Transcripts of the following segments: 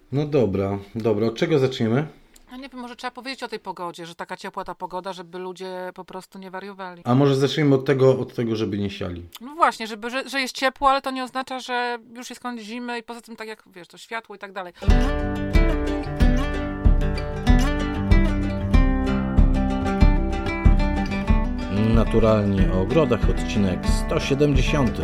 No dobra, dobra. Od czego zaczniemy? No nie wiem, może trzeba powiedzieć o tej pogodzie, że taka ciepła ta pogoda, żeby ludzie po prostu nie wariowali. A może zacznijmy od tego, żeby nie siali. No właśnie, że jest ciepło, ale to nie oznacza, że już jest koniec zimy i poza tym, tak jak wiesz, to światło i tak dalej. Naturalnie o ogrodach, odcinek 170.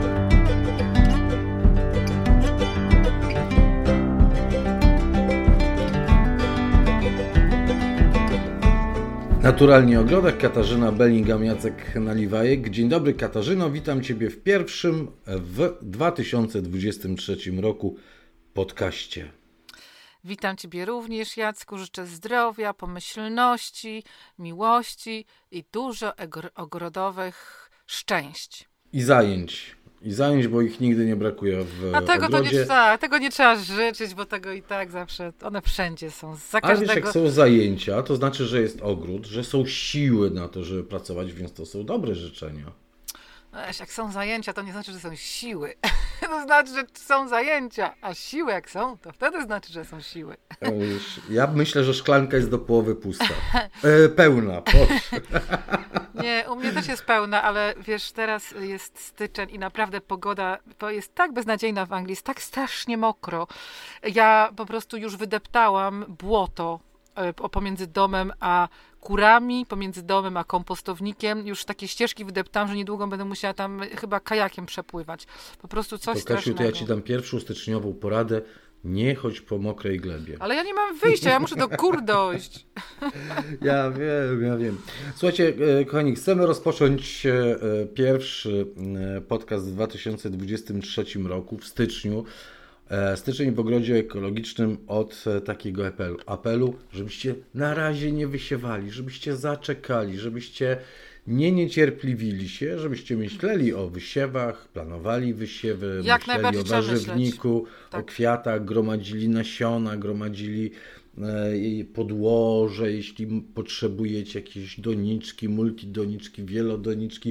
Naturalnie o ogrodach, Katarzyna Bellingham-Jacek-Naliwajek. Dzień dobry Katarzyno, witam Ciebie w pierwszym w 2023 roku podcaście. Witam Ciebie również, Jacku. Życzę zdrowia, pomyślności, miłości i dużo ogrodowych szczęść. I zajęć, bo ich nigdy nie brakuje w A ogrodzie. tego nie trzeba życzyć, bo tego i tak zawsze, one wszędzie są. Za Ale wiesz, jak każdego... są zajęcia, to znaczy, że jest ogród, że są siły na to, żeby pracować, więc to są dobre życzenia. Wiesz, jak są zajęcia, to nie znaczy, że są siły. To znaczy, że są zajęcia, a siły jak są, to wtedy znaczy, że są siły. Ja myślę, że szklanka jest do połowy pusta. Pełna. Nie, u mnie też jest pełna, ale wiesz, teraz jest styczeń i naprawdę pogoda to jest tak beznadziejna w Anglii, jest tak strasznie mokro. Ja po prostu już wydeptałam błoto pomiędzy domem a kurami, pomiędzy domem a kompostownikiem. Już takie ścieżki wydeptałam, że niedługo będę musiała tam chyba kajakiem przepływać. Po prostu coś To Kasiu, strasznego. to ja Ci dam pierwszą styczniową poradę. Nie chodź po mokrej glebie. Ale ja nie mam wyjścia, ja muszę do gór dojść. Ja wiem. Słuchajcie, kochani, chcemy rozpocząć pierwszy podcast w 2023 roku, w styczniu. Styczeń w ogrodzie ekologicznym od takiego apelu, żebyście na razie nie wysiewali, żebyście zaczekali, żebyście nie niecierpliwili się, żebyście myśleli o wysiewach, planowali wysiewy, Jak myśleli najbardziej o trzeba myśleć. warzywniku, Tak. o kwiatach, gromadzili nasiona, gromadzili podłoże, jeśli potrzebujecie jakieś doniczki, multidoniczki, wielodoniczki,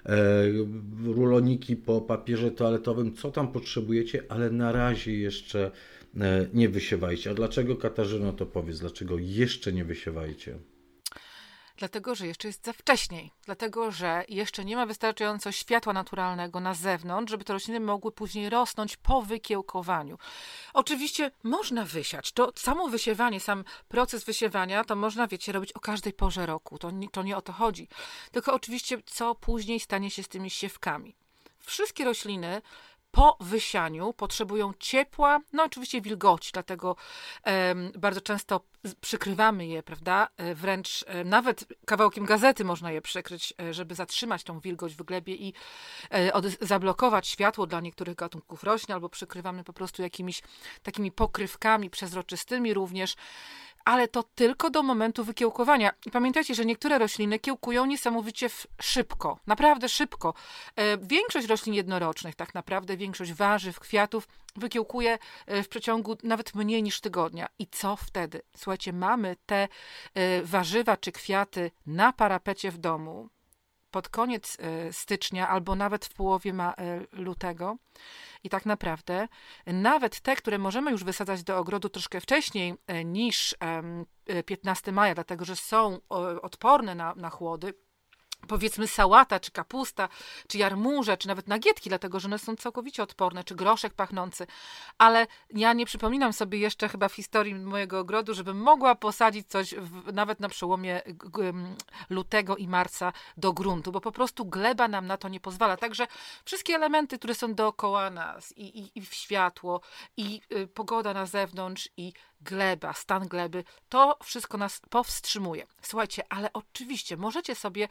ruloniki po papierze toaletowym, co tam potrzebujecie, ale na razie jeszcze nie wysiewajcie. A dlaczego, Katarzyno, to powiedz, dlaczego jeszcze nie wysiewajcie? Dlatego, że jeszcze jest za wcześniej. Dlatego, że jeszcze nie ma wystarczająco światła naturalnego na zewnątrz, żeby te rośliny mogły później rosnąć po wykiełkowaniu. Oczywiście można wysiać. To samo wysiewanie, sam proces wysiewania, to można, wiecie, robić o każdej porze roku. To nie o to chodzi. Tylko oczywiście, co później stanie się z tymi siewkami. Wszystkie rośliny po wysianiu potrzebują ciepła, no oczywiście wilgoci, dlatego bardzo często przykrywamy je, prawda? Wręcz nawet kawałkiem gazety można je przykryć, żeby zatrzymać tą wilgoć w glebie i zablokować światło dla niektórych gatunków roślin, albo przykrywamy po prostu jakimiś takimi pokrywkami przezroczystymi również, ale to tylko do momentu wykiełkowania. I pamiętajcie, że niektóre rośliny kiełkują niesamowicie szybko, naprawdę szybko. Większość roślin jednorocznych, tak naprawdę większość warzyw, kwiatów wykiełkuje w przeciągu nawet mniej niż tygodnia. I co wtedy? Słuchajcie, mamy te warzywa czy kwiaty na parapecie w domu pod koniec stycznia albo nawet w połowie lutego. I tak naprawdę nawet te, które możemy już wysadzać do ogrodu troszkę wcześniej niż 15 maja, dlatego że są odporne na chłody, powiedzmy sałata, czy kapusta, czy jarmuże, czy nawet nagietki, dlatego że one są całkowicie odporne, czy groszek pachnący. Ale ja nie przypominam sobie jeszcze chyba w historii mojego ogrodu, żebym mogła posadzić coś nawet na przełomie lutego i marca do gruntu, bo po prostu gleba nam na to nie pozwala. Także wszystkie elementy, które są dookoła nas, i światło, i pogoda na zewnątrz, i gleba, stan gleby, to wszystko nas powstrzymuje. Słuchajcie, ale oczywiście możecie sobie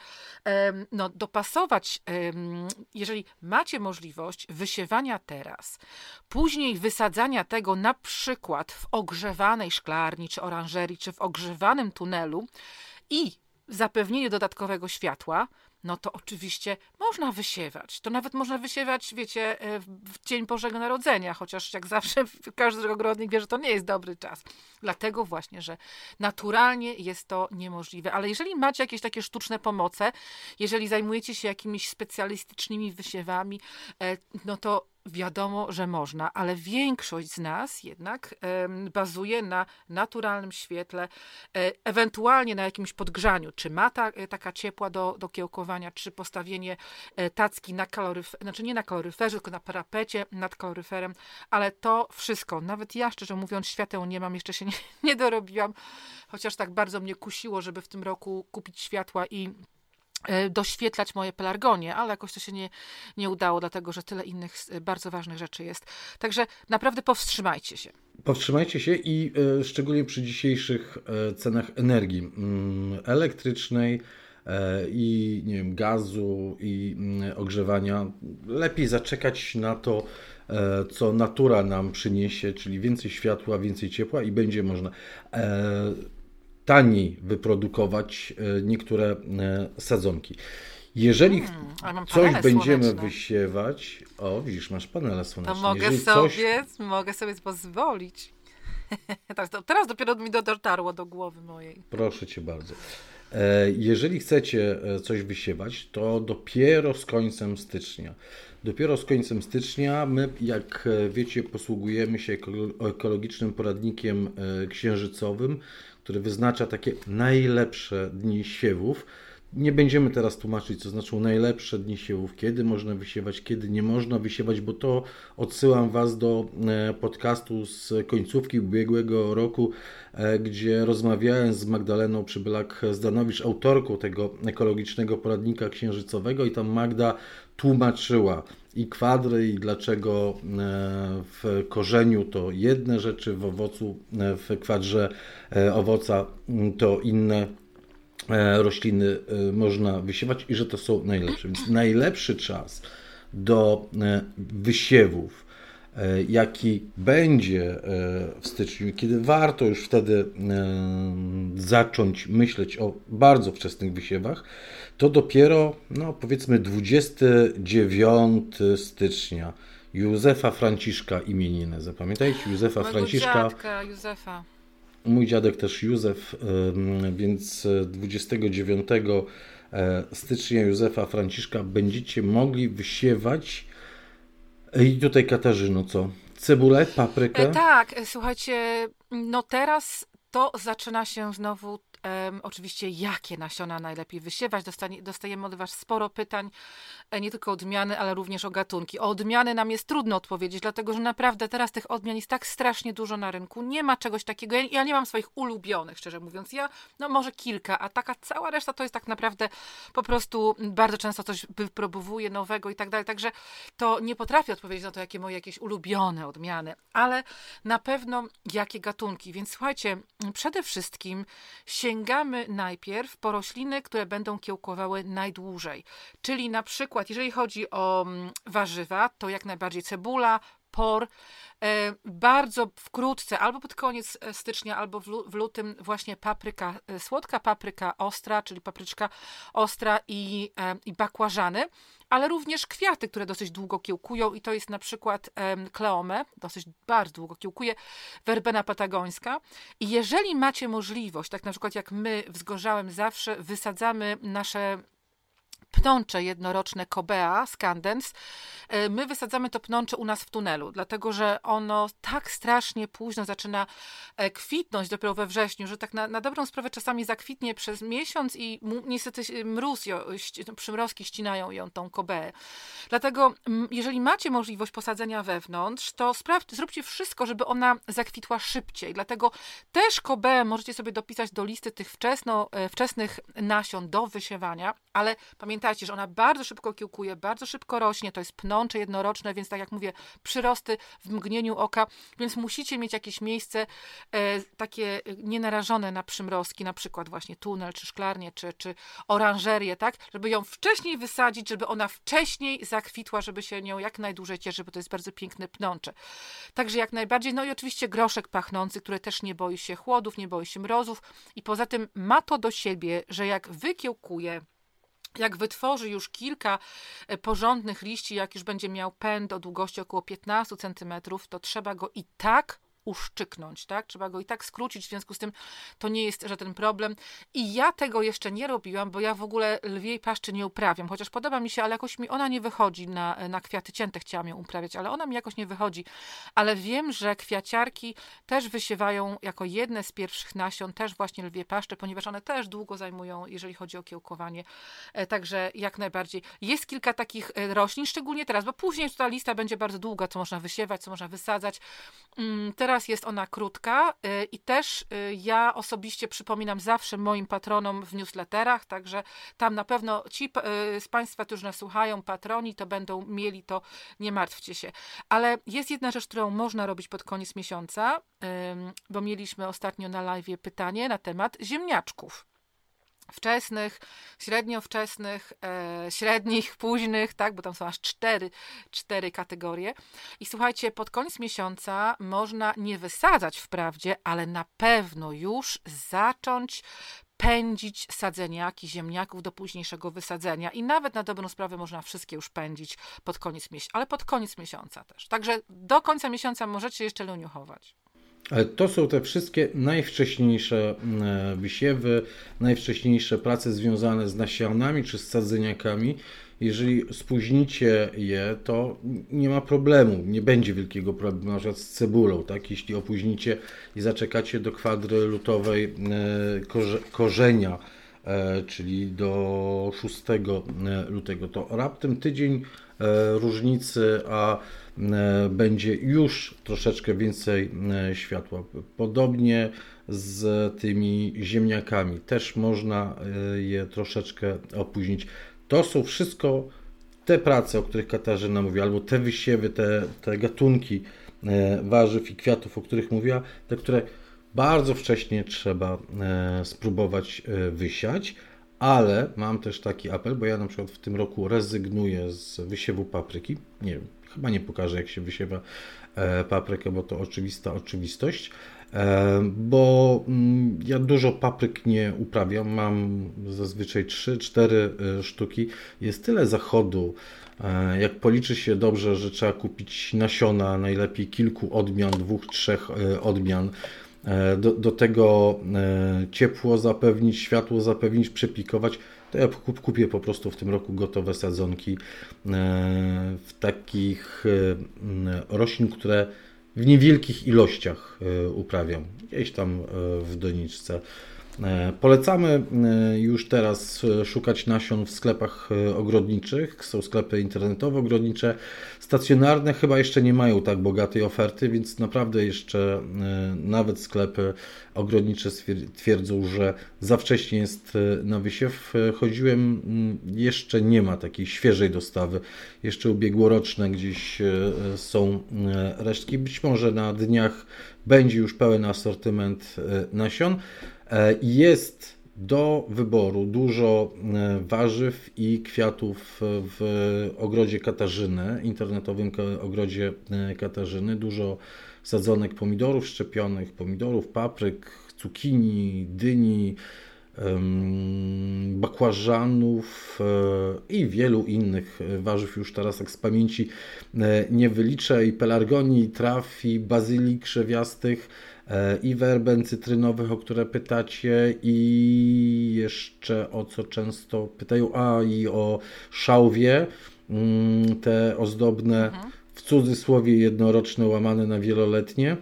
dopasować, jeżeli macie możliwość wysiewania teraz, później wysadzania tego na przykład w ogrzewanej szklarni, czy oranżerii, czy w ogrzewanym tunelu i zapewnienie dodatkowego światła, no to oczywiście można wysiewać. To nawet można wysiewać, wiecie, w dzień Bożego Narodzenia, chociaż jak zawsze każdy ogrodnik wie, że to nie jest dobry czas. Dlatego właśnie, że naturalnie jest to niemożliwe. Ale jeżeli macie jakieś takie sztuczne pomoce, jeżeli zajmujecie się jakimiś specjalistycznymi wysiewami, no to Wiadomo, że można, ale większość z nas jednak bazuje na naturalnym świetle, ewentualnie na jakimś podgrzaniu. Czy mata taka ciepła do kiełkowania, czy postawienie tacki na znaczy nie na kaloryferze, tylko na parapecie nad kaloryferem, ale to wszystko, nawet ja szczerze mówiąc świateł nie mam, jeszcze się nie dorobiłam, chociaż tak bardzo mnie kusiło, żeby w tym roku kupić światła i doświetlać moje pelargonie, ale jakoś to się nie udało, dlatego że tyle innych bardzo ważnych rzeczy jest. Także naprawdę powstrzymajcie się. Powstrzymajcie się i szczególnie przy dzisiejszych cenach energii elektrycznej i nie wiem, gazu i ogrzewania. Lepiej zaczekać na to, co natura nam przyniesie, czyli więcej światła, więcej ciepła i będzie można taniej wyprodukować niektóre sadzonki. Jeżeli coś będziemy słoneczne. Wysiewać, widzisz, masz panele słoneczne. To mogę sobie pozwolić. Teraz dopiero mi dotarło do głowy mojej. Proszę Cię bardzo. Jeżeli chcecie coś wysiewać, to dopiero z końcem stycznia. Dopiero z końcem stycznia my, jak wiecie, posługujemy się ekologicznym poradnikiem księżycowym, który wyznacza takie najlepsze dni siewów. Nie będziemy teraz tłumaczyć, co znaczą najlepsze dni siewów, kiedy można wysiewać, kiedy nie można wysiewać, bo to odsyłam Was do podcastu z końcówki ubiegłego roku, gdzie rozmawiałem z Magdaleną Przybylak-Zdanowicz, autorką tego ekologicznego poradnika księżycowego, i tam Magda tłumaczyła i kwadry, i dlaczego w korzeniu to jedne rzeczy, w owocu, w kwadrze owoca to inne rośliny można wysiewać i że to są najlepsze. Więc najlepszy czas do wysiewów, jaki będzie w styczniu, kiedy warto już wtedy zacząć myśleć o bardzo wczesnych wysiewach, to dopiero, powiedzmy 29 stycznia. Józefa Franciszka imieniny. Zapamiętajcie, Józefa Franciszka. Dziadka Józefa. Mój dziadek też Józef, więc 29 stycznia Józefa Franciszka będziecie mogli wysiewać. I tutaj, Katarzyno, co? Cebulę, paprykę? Tak, słuchajcie, teraz to zaczyna się znowu oczywiście, jakie nasiona najlepiej wysiewać. Dostajemy od Was sporo pytań, nie tylko o odmiany, ale również o gatunki. O odmiany nam jest trudno odpowiedzieć, dlatego że naprawdę teraz tych odmian jest tak strasznie dużo na rynku. Nie ma czegoś takiego. Ja nie mam swoich ulubionych, szczerze mówiąc. Ja, może kilka, a taka cała reszta to jest tak naprawdę po prostu bardzo często coś wypróbowuję nowego i tak dalej. Także to nie potrafię odpowiedzieć na to, jakie moje jakieś ulubione odmiany, ale na pewno jakie gatunki. Więc słuchajcie, przede wszystkim sięgamy najpierw po rośliny, które będą kiełkowały najdłużej. Czyli na przykład, jeżeli chodzi o warzywa, to jak najbardziej cebula, por, bardzo wkrótce, albo pod koniec stycznia, albo w lutym właśnie papryka, słodka papryka ostra, czyli papryczka ostra i bakłażany, ale również kwiaty, które dosyć długo kiełkują i to jest na przykład kleome, dosyć bardzo długo kiełkuje, werbena patagońska. I jeżeli macie możliwość, tak na przykład jak my w Zgorzałem zawsze wysadzamy nasze pnącze jednoroczne Cobea scandens, my wysadzamy to pnącze u nas w tunelu, dlatego że ono tak strasznie późno zaczyna kwitnąć dopiero we wrześniu, że tak na dobrą sprawę czasami zakwitnie przez miesiąc i niestety przymrozki ścinają ją, tą Cobeę. Dlatego jeżeli macie możliwość posadzenia wewnątrz, to zróbcie wszystko, żeby ona zakwitła szybciej. Dlatego też Cobeę możecie sobie dopisać do listy tych wczesnych nasion do wysiewania, ale pamiętajcie, że ona bardzo szybko kiełkuje, bardzo szybko rośnie, to jest pnącze jednoroczne, więc tak jak mówię, przyrosty w mgnieniu oka, więc musicie mieć jakieś miejsce takie nienarażone na przymrozki, na przykład właśnie tunel, czy szklarnię, czy oranżerię, tak, żeby ją wcześniej wysadzić, żeby ona wcześniej zakwitła, żeby się nią jak najdłużej cieszyć, bo to jest bardzo piękne pnącze. Także jak najbardziej, i oczywiście groszek pachnący, który też nie boi się chłodów, nie boi się mrozów i poza tym ma to do siebie, że jak wykiełkuje, jak wytworzy już kilka porządnych liści, jak już będzie miał pęd o długości około 15 cm, to trzeba go i tak uszczyknąć, tak? Trzeba go i tak skrócić, w związku z tym to nie jest żaden problem. I ja tego jeszcze nie robiłam, bo ja w ogóle lwiej paszczy nie uprawiam, chociaż podoba mi się, ale jakoś mi ona nie wychodzi na kwiaty cięte, chciałam ją uprawiać, ale ona mi jakoś nie wychodzi. Ale wiem, że kwiaciarki też wysiewają jako jedne z pierwszych nasion też właśnie lwie paszcze, ponieważ one też długo zajmują, jeżeli chodzi o kiełkowanie. Także jak najbardziej. Jest kilka takich roślin, szczególnie teraz, bo później ta lista będzie bardzo długa, co można wysiewać, co można wysadzać. Teraz jest ona krótka i też ja osobiście przypominam zawsze moim patronom w newsletterach, także tam na pewno ci z Państwa, którzy nas słuchają, patroni, to będą mieli to, nie martwcie się. Ale jest jedna rzecz, którą można robić pod koniec miesiąca, bo mieliśmy ostatnio na live'ie pytanie na temat ziemniaczków. Wczesnych, średnio wczesnych, średnich, późnych, tak, bo tam są aż cztery kategorie. I słuchajcie, pod koniec miesiąca można nie wysadzać wprawdzie, ale na pewno już zacząć pędzić sadzeniaki ziemniaków do późniejszego wysadzenia. I nawet na dobrą sprawę można wszystkie już pędzić pod koniec miesiąca, ale pod koniec miesiąca też. Także do końca miesiąca możecie jeszcze leniuchować. Ale to są te wszystkie najwcześniejsze wysiewy, najwcześniejsze prace związane z nasionami czy z sadzeniakami. Jeżeli spóźnicie je, to nie ma problemu, nie będzie wielkiego problemu, na przykład z cebulą, tak? Jeśli opóźnicie i zaczekacie do kwadry lutowej korzenia, czyli do 6 lutego, to raptem tydzień różnicy, a będzie już troszeczkę więcej światła. Podobnie z tymi ziemniakami. Też można je troszeczkę opóźnić. To są wszystko te prace, o których Katarzyna mówiła, albo te wysiewy, te gatunki warzyw i kwiatów, o których mówiła, te, które bardzo wcześnie trzeba spróbować wysiać, ale mam też taki apel, bo ja na przykład w tym roku rezygnuję z wysiewu papryki. Nie wiem, chyba nie pokażę, jak się wysiewa paprykę, bo to oczywista oczywistość, bo ja dużo papryk nie uprawiam, mam zazwyczaj 3-4 sztuki. Jest tyle zachodu, jak policzy się dobrze, że trzeba kupić nasiona, najlepiej kilku odmian, 2-3 odmian, do tego ciepło zapewnić, światło zapewnić, przepikować, to ja kupię po prostu w tym roku gotowe sadzonki w takich roślin, które w niewielkich ilościach uprawiam, gdzieś tam w doniczce. Polecamy już teraz szukać nasion w sklepach ogrodniczych. Są sklepy internetowe, ogrodnicze. Stacjonarne chyba jeszcze nie mają tak bogatej oferty, więc naprawdę jeszcze nawet sklepy ogrodnicze twierdzą, że za wcześnie jest na wysiew. Chodziłem, jeszcze nie ma takiej świeżej dostawy. Jeszcze ubiegłoroczne gdzieś są resztki. Być może na dniach będzie już pełen asortyment nasion. Jest do wyboru dużo warzyw i kwiatów w ogrodzie Katarzyny, internetowym ogrodzie Katarzyny. Dużo sadzonek pomidorów szczepionych, pomidorów, papryk, cukinii, dyni, bakłażanów i wielu innych warzyw. Już teraz tak z pamięci nie wyliczę. I pelargonii, i traw, i bazylii krzewiastych, i werben cytrynowych, o które pytacie, i jeszcze o co często pytają, i o szałwie, te ozdobne, w cudzysłowie jednoroczne, łamane na wieloletnie.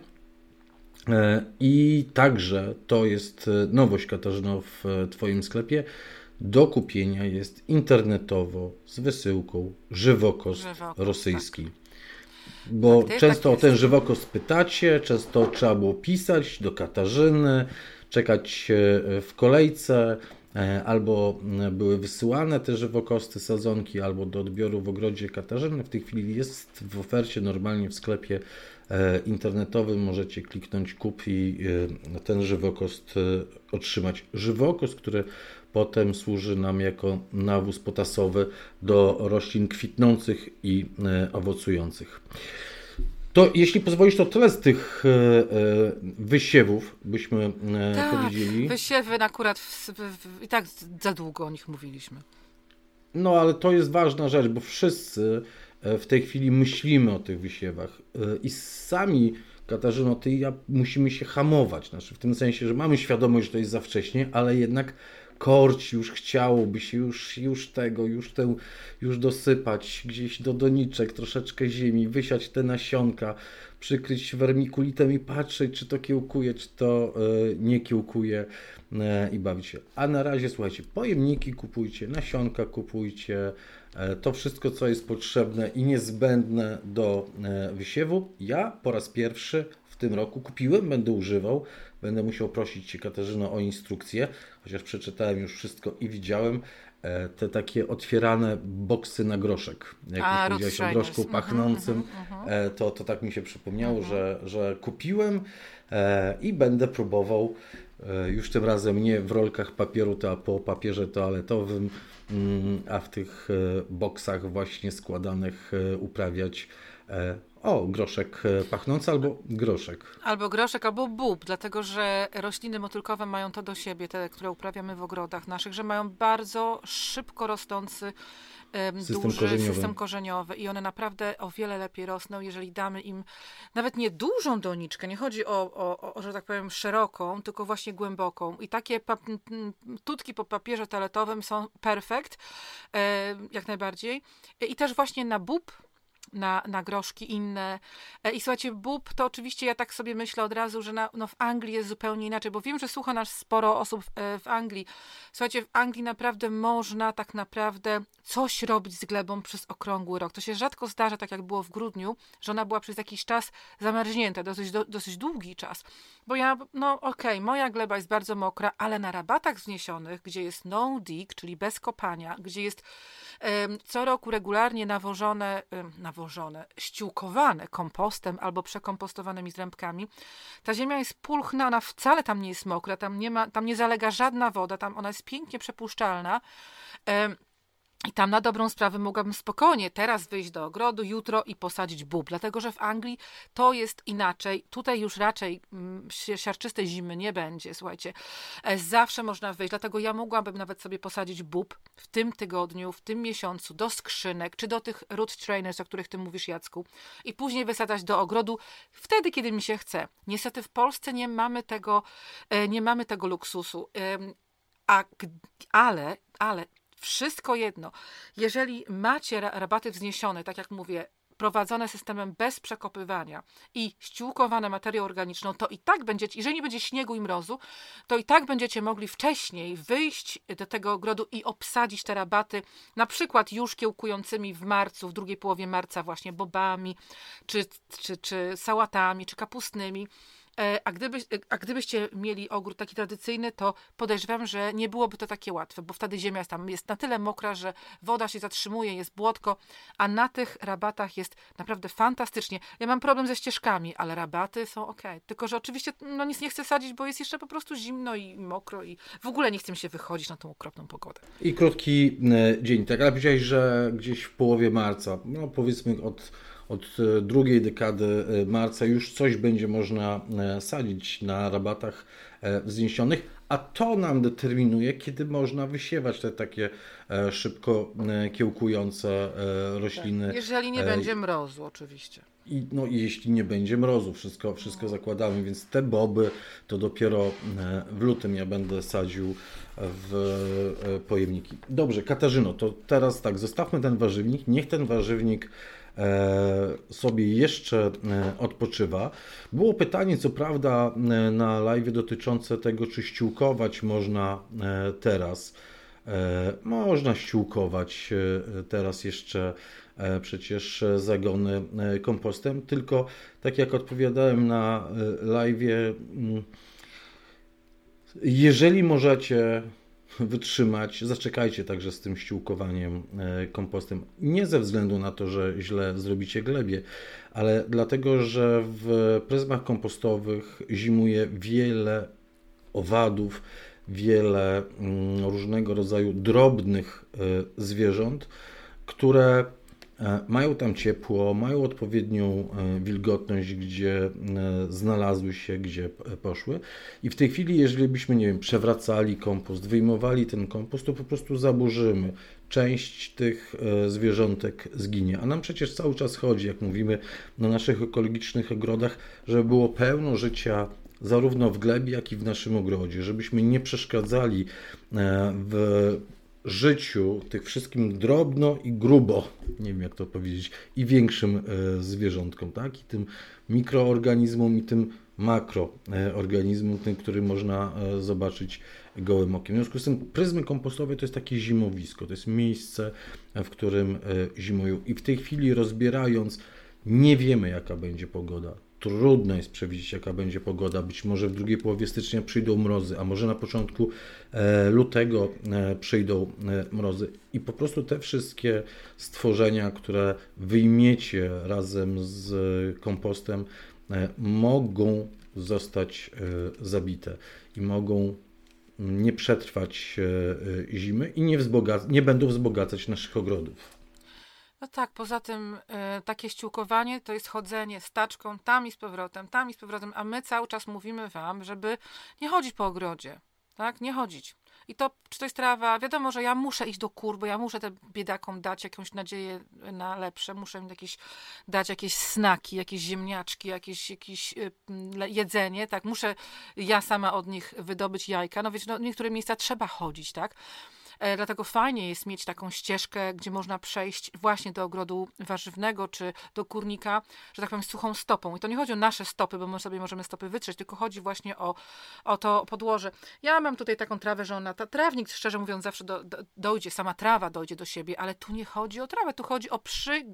I także to jest nowość, Katarzyno, w Twoim sklepie. Do kupienia jest internetowo z wysyłką żywokost rosyjski. Tak. Bo często o ten żywokost pytacie, często trzeba było pisać do Katarzyny, czekać w kolejce, albo były wysyłane te żywokosty, sadzonki, albo do odbioru w ogrodzie Katarzyny. W tej chwili jest w ofercie normalnie w sklepie internetowym. Możecie kliknąć kup i ten żywokost otrzymać. Żywokost, który potem służy nam jako nawóz potasowy do roślin kwitnących i owocujących. To jeśli pozwolisz, to tyle z tych wysiewów byśmy powiedzieli. Wysiewy akurat i tak za długo o nich mówiliśmy. No ale to jest ważna rzecz, bo wszyscy w tej chwili myślimy o tych wysiewach i sami Katarzyno, ty i ja musimy się hamować, znaczy w tym sensie, że mamy świadomość, że to jest za wcześnie, ale jednak korci, już chciałoby się już dosypać gdzieś do doniczek, troszeczkę ziemi, wysiać te nasionka, przykryć wermikulitem i patrzeć, czy to kiełkuje, czy to nie kiełkuje i bawić się. A na razie, słuchajcie, pojemniki kupujcie, nasionka kupujcie, to wszystko, co jest potrzebne i niezbędne do wysiewu. Ja po raz pierwszy w tym roku kupiłem, będę używał. Będę musiał prosić Cię, Katarzyno, o instrukcję, chociaż przeczytałem już wszystko i widziałem te takie otwierane boksy na groszek. Jak już powiedziałeś o groszku pachnącym, to tak mi się przypomniało, że kupiłem i będę próbował już tym razem nie w rolkach papieru, a po papierze toaletowym, a w tych boksach właśnie składanych uprawiać groszek pachnący albo groszek. Albo groszek, albo bób, dlatego że rośliny motylkowe mają to do siebie, te, które uprawiamy w ogrodach naszych, że mają bardzo szybko rosnący duży system korzeniowy i one naprawdę o wiele lepiej rosną, jeżeli damy im nawet nie dużą doniczkę, nie chodzi o że tak powiem, szeroką, tylko właśnie głęboką. I takie tutki po papierze toaletowym są perfekt, jak najbardziej. I też właśnie na bób, na groszki inne. I słuchajcie, bób to oczywiście ja tak sobie myślę od razu, że w Anglii jest zupełnie inaczej, bo wiem, że słucha nas sporo osób w Anglii. Słuchajcie, w Anglii naprawdę można tak naprawdę coś robić z glebą przez okrągły rok. To się rzadko zdarza, tak jak było w grudniu, że ona była przez jakiś czas zamarznięta, dosyć długi czas. Bo moja gleba jest bardzo mokra, ale na rabatach wzniesionych, gdzie jest no dig, czyli bez kopania, gdzie jest co roku regularnie nawożone, ściółkowane kompostem albo przekompostowanymi zrębkami. Ta ziemia jest pulchna, ona wcale tam nie jest mokra, tam nie zalega żadna woda, tam ona jest pięknie przepuszczalna. I tam na dobrą sprawę mogłabym spokojnie teraz wyjść do ogrodu, jutro i posadzić bób, dlatego że w Anglii to jest inaczej. Tutaj już raczej siarczystej zimy nie będzie, słuchajcie. Zawsze można wyjść, dlatego ja mogłabym nawet sobie posadzić bób w tym tygodniu, w tym miesiącu do skrzynek, czy do tych root trainers, o których ty mówisz, Jacku, i później wysadzać do ogrodu wtedy, kiedy mi się chce. Niestety w Polsce nie mamy tego luksusu, ale wszystko jedno, jeżeli macie rabaty wzniesione, tak jak mówię, prowadzone systemem bez przekopywania i ściółkowane materią organiczną, to i tak będziecie, jeżeli nie będzie śniegu i mrozu, to i tak będziecie mogli wcześniej wyjść do tego ogrodu i obsadzić te rabaty, na przykład już kiełkującymi w marcu, w drugiej połowie marca właśnie bobami, czy sałatami, czy kapustnymi. A gdybyście mieli ogród taki tradycyjny, to podejrzewam, że nie byłoby to takie łatwe, bo wtedy ziemia tam jest na tyle mokra, że woda się zatrzymuje, jest błotko, a na tych rabatach jest naprawdę fantastycznie. Ja mam problem ze ścieżkami, ale rabaty są okej. Tylko że oczywiście nic nie chcę sadzić, bo jest jeszcze po prostu zimno i mokro i w ogóle nie chcę mi się wychodzić na tą okropną pogodę. I krótki dzień, tak? Ale powiedziałeś, że gdzieś w połowie marca, powiedzmy od drugiej dekady marca już coś będzie można sadzić na rabatach wzniesionych, a to nam determinuje, kiedy można wysiewać te takie szybko kiełkujące rośliny. Tak. Jeżeli nie będzie mrozu, oczywiście. I jeśli nie będzie mrozu, wszystko zakładamy, więc te boby to dopiero w lutym ja będę sadził w pojemniki. Dobrze, Katarzyno, to teraz tak, zostawmy ten warzywnik, niech ten warzywnik sobie jeszcze odpoczywa. Było pytanie, co prawda, na live dotyczące tego, czy ściółkować można teraz. Można ściółkować teraz jeszcze przecież zagony kompostem, tylko tak jak odpowiadałem na live, jeżeli możecie wytrzymać, zaczekajcie także z tym ściółkowaniem kompostem. Nie ze względu na to, że źle zrobicie glebie, ale dlatego, że w pryzmach kompostowych zimuje wiele owadów, wiele różnego rodzaju drobnych zwierząt, które mają tam ciepło, mają odpowiednią wilgotność, gdzie znalazły się, gdzie poszły. I w tej chwili, jeżeli byśmy, nie wiem, przewracali kompost, wyjmowali ten kompost, to po prostu zaburzymy. Część tych zwierzątek zginie. A nam przecież cały czas chodzi, jak mówimy na naszych ekologicznych ogrodach, żeby było pełno życia zarówno w glebie, jak i w naszym ogrodzie, żebyśmy nie przeszkadzali w życiu tych wszystkim drobno i grubo, nie wiem jak to powiedzieć, i większym zwierzątkom, tak? I tym mikroorganizmom, i tym makroorganizmom, tym, który można zobaczyć gołym okiem. W związku z tym pryzmy kompostowe to jest takie zimowisko, to jest miejsce, w którym zimują. I w tej chwili rozbierając, nie wiemy jaka będzie pogoda. Trudno jest przewidzieć, jaka będzie pogoda. Być może w drugiej połowie stycznia przyjdą mrozy, a może na początku lutego przyjdą mrozy. I po prostu te wszystkie stworzenia, które wyjmiecie razem z kompostem, mogą zostać zabite i mogą nie przetrwać zimy i nie będą wzbogacać naszych ogrodów. No tak, poza tym takie ściółkowanie to jest chodzenie z taczką tam i z powrotem, a my cały czas mówimy wam, żeby nie chodzić po ogrodzie, tak? Nie chodzić. I to, czy to jest trawa, wiadomo, że ja muszę iść do kur, bo ja muszę tym biedakom dać jakąś nadzieję na lepsze, muszę im dać jakieś snaki, jakieś ziemniaczki, jakieś jedzenie, tak? Muszę ja sama od nich wydobyć jajka. No wiecie, no, w niektóre miejsca trzeba chodzić, tak? Dlatego fajnie jest mieć taką ścieżkę, gdzie można przejść właśnie do ogrodu warzywnego, czy do kurnika, że tak powiem, suchą stopą. I to nie chodzi o nasze stopy, bo my sobie możemy stopy wytrzeć, tylko chodzi właśnie o to podłoże. Ja mam tutaj taką trawę, że trawnik, szczerze mówiąc, zawsze dojdzie, sama trawa dojdzie do siebie, ale tu nie chodzi o trawę, tu chodzi o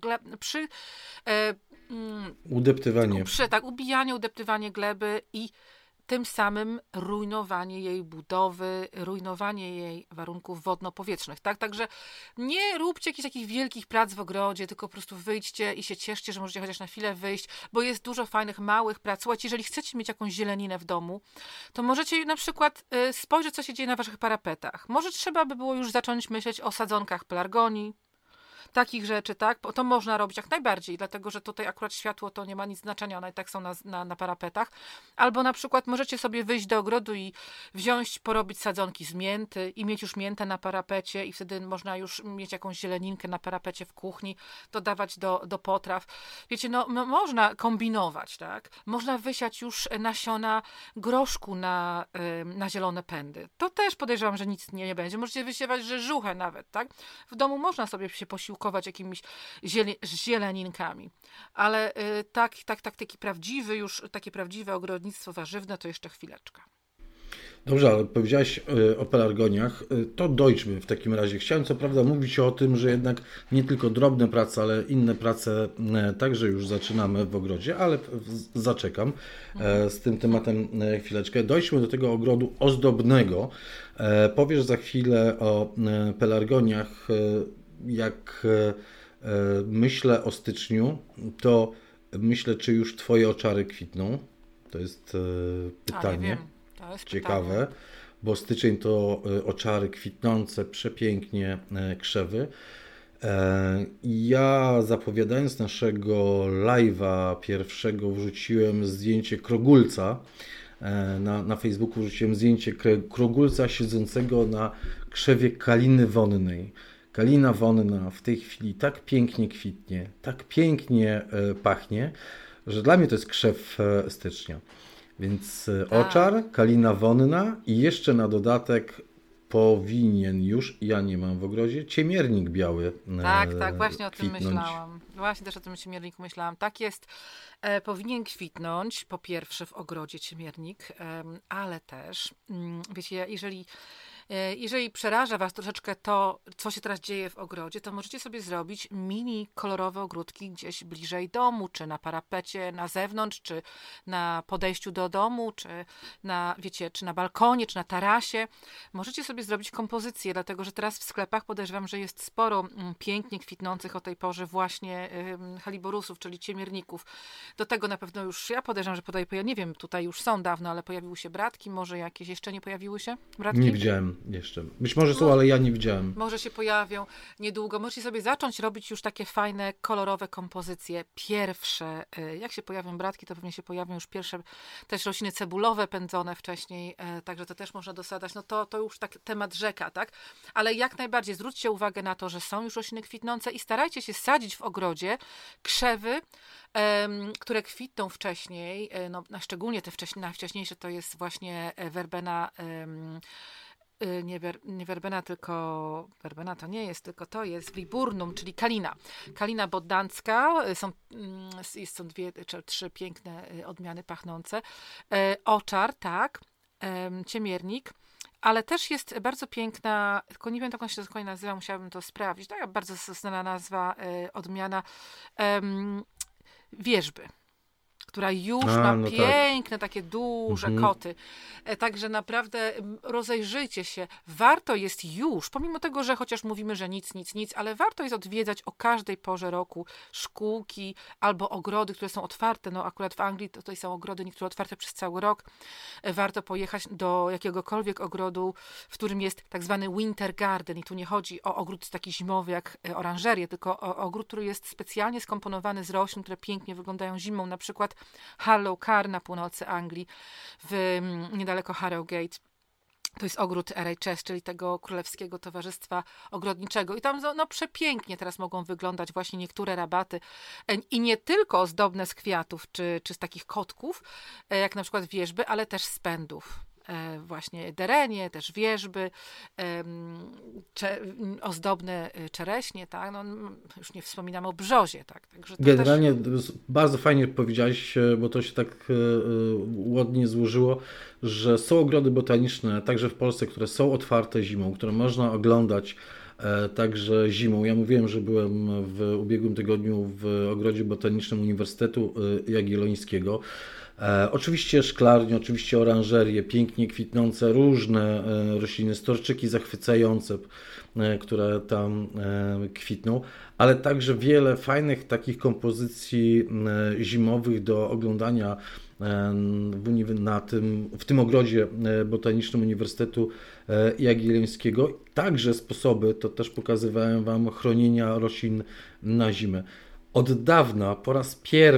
udeptywanie. Ubijanie, udeptywanie gleby i tym samym rujnowanie jej budowy, rujnowanie jej warunków wodno-powietrznych. Tak? Także nie róbcie jakichś takich wielkich prac w ogrodzie, tylko po prostu wyjdźcie i się cieszcie, że możecie chociaż na chwilę wyjść, bo jest dużo fajnych, małych prac. Słuchajcie, jeżeli chcecie mieć jakąś zieleninę w domu, to możecie na przykład spojrzeć, co się dzieje na waszych parapetach. Może trzeba by było już zacząć myśleć o sadzonkach pelargonii, takich rzeczy, tak? Bo to można robić jak najbardziej, dlatego że tutaj akurat światło to nie ma nic znaczenia, one i tak są na parapetach. Albo na przykład możecie sobie wyjść do ogrodu i porobić sadzonki z mięty i mieć już miętę na parapecie i wtedy można już mieć jakąś zieleninkę na parapecie w kuchni, dodawać do potraw. Wiecie, no można kombinować, tak? Można wysiać już nasiona groszku na zielone pędy. To też podejrzewam, że nic nie będzie. Możecie wysiewać rzeżuchę nawet, tak? W domu można sobie się posiłkować jakimiś zieleninkami. Ale takie prawdziwe ogrodnictwo warzywne to jeszcze chwileczkę. Dobrze, ale powiedziałaś o pelargoniach, to dojdźmy w takim razie. Chciałem co prawda mówić o tym, że jednak nie tylko drobne prace, ale inne prace także już zaczynamy w ogrodzie, ale zaczekam z tym tematem chwileczkę. Dojdźmy do tego ogrodu ozdobnego. Powiesz za chwilę o pelargoniach. Jak myślę o styczniu, to myślę, czy już Twoje oczary kwitną. To jest pytanie. Nie wiem. To jest ciekawe, pytanie. Bo styczeń to oczary kwitnące, przepięknie krzewy. Ja zapowiadając naszego live'a pierwszego wrzuciłem zdjęcie krogulca. Na Facebooku wrzuciłem zdjęcie krogulca siedzącego na krzewie kaliny wonnej. Kalina wonna w tej chwili tak pięknie kwitnie, tak pięknie pachnie, że dla mnie to jest krzew stycznia. Więc oczar, kalina wonna i jeszcze na dodatek powinien już, ja nie mam w ogrodzie, ciemiernik biały Tak, właśnie o tym kwitnąć. myślałam. Właśnie też o tym ciemierniku myślałam. Tak jest, powinien kwitnąć po pierwsze w ogrodzie ciemiernik, ale też, wiecie, jeżeli przeraża was troszeczkę to, co się teraz dzieje w ogrodzie, to możecie sobie zrobić mini kolorowe ogródki gdzieś bliżej domu, czy na parapecie na zewnątrz, czy na podejściu do domu, czy czy na balkonie, czy na tarasie. Możecie sobie zrobić kompozycję, dlatego że teraz w sklepach podejrzewam, że jest sporo pięknie kwitnących o tej porze właśnie haliborusów, czyli ciemierników. Do tego na pewno już, ja podejrzewam, że nie wiem, tutaj już są dawno, ale pojawiły się bratki, może jakieś jeszcze nie pojawiły się bratki? Nie widziałem. wiem jeszcze. Być może są, ale ja nie widziałem. Może się pojawią niedługo. Możecie sobie zacząć robić już takie fajne, kolorowe kompozycje. Pierwsze, jak się pojawią bratki, to pewnie się pojawią już pierwsze też rośliny cebulowe pędzone wcześniej, także to też można dosadzać. No to już tak temat rzeka, tak? Ale jak najbardziej zwróćcie uwagę na to, że są już rośliny kwitnące i starajcie się sadzić w ogrodzie krzewy, które kwitną wcześniej, no, szczególnie te najwcześniejsze to jest właśnie werbena, nie werbena, tylko werbena to nie jest, tylko to jest viburnum, czyli kalina. Kalina boddancka, są 2 czy 3 piękne odmiany pachnące. Oczar, tak, ciemiernik, ale też jest bardzo piękna, tylko nie wiem, jak on się dokładnie nazywa, musiałabym to sprawdzić. Taka bardzo znana nazwa, odmiana wierzby, która już ma piękne, takie duże koty. Także naprawdę rozejrzyjcie się. Warto jest już, pomimo tego, że chociaż mówimy, że nic, ale warto jest odwiedzać o każdej porze roku szkółki albo ogrody, które są otwarte. No akurat w Anglii tutaj są ogrody, niektóre otwarte przez cały rok. Warto pojechać do jakiegokolwiek ogrodu, w którym jest tak zwany winter garden. I tu nie chodzi o ogród taki zimowy jak oranżerię, tylko o ogród, który jest specjalnie skomponowany z roślin, które pięknie wyglądają zimą. Na przykład Harlow Carr na północy Anglii, niedaleko Harrogate. To jest ogród RHS, czyli tego Królewskiego Towarzystwa Ogrodniczego. I tam no, przepięknie teraz mogą wyglądać właśnie niektóre rabaty. I nie tylko ozdobne z kwiatów, czy z takich kotków, jak na przykład wierzby, ale też z pędów. Właśnie derenie, też wierzby, ozdobne czereśnie, tak? No, już nie wspominam o brzozie. Tak? Także generalnie też... bardzo fajnie powiedziałeś, bo to się tak ładnie złożyło, że są ogrody botaniczne, także w Polsce, które są otwarte zimą, które można oglądać także zimą. Ja mówiłem, że byłem w ubiegłym tygodniu w ogrodzie botanicznym Uniwersytetu Jagiellońskiego. Oczywiście szklarnie, oczywiście oranżerie, pięknie kwitnące, różne rośliny, storczyki zachwycające, które tam kwitną, ale także wiele fajnych takich kompozycji zimowych do oglądania w tym ogrodzie botanicznym Uniwersytetu Jagiellońskiego. Także sposoby, to też pokazywałem Wam, chronienia roślin na zimę. Od dawna, po raz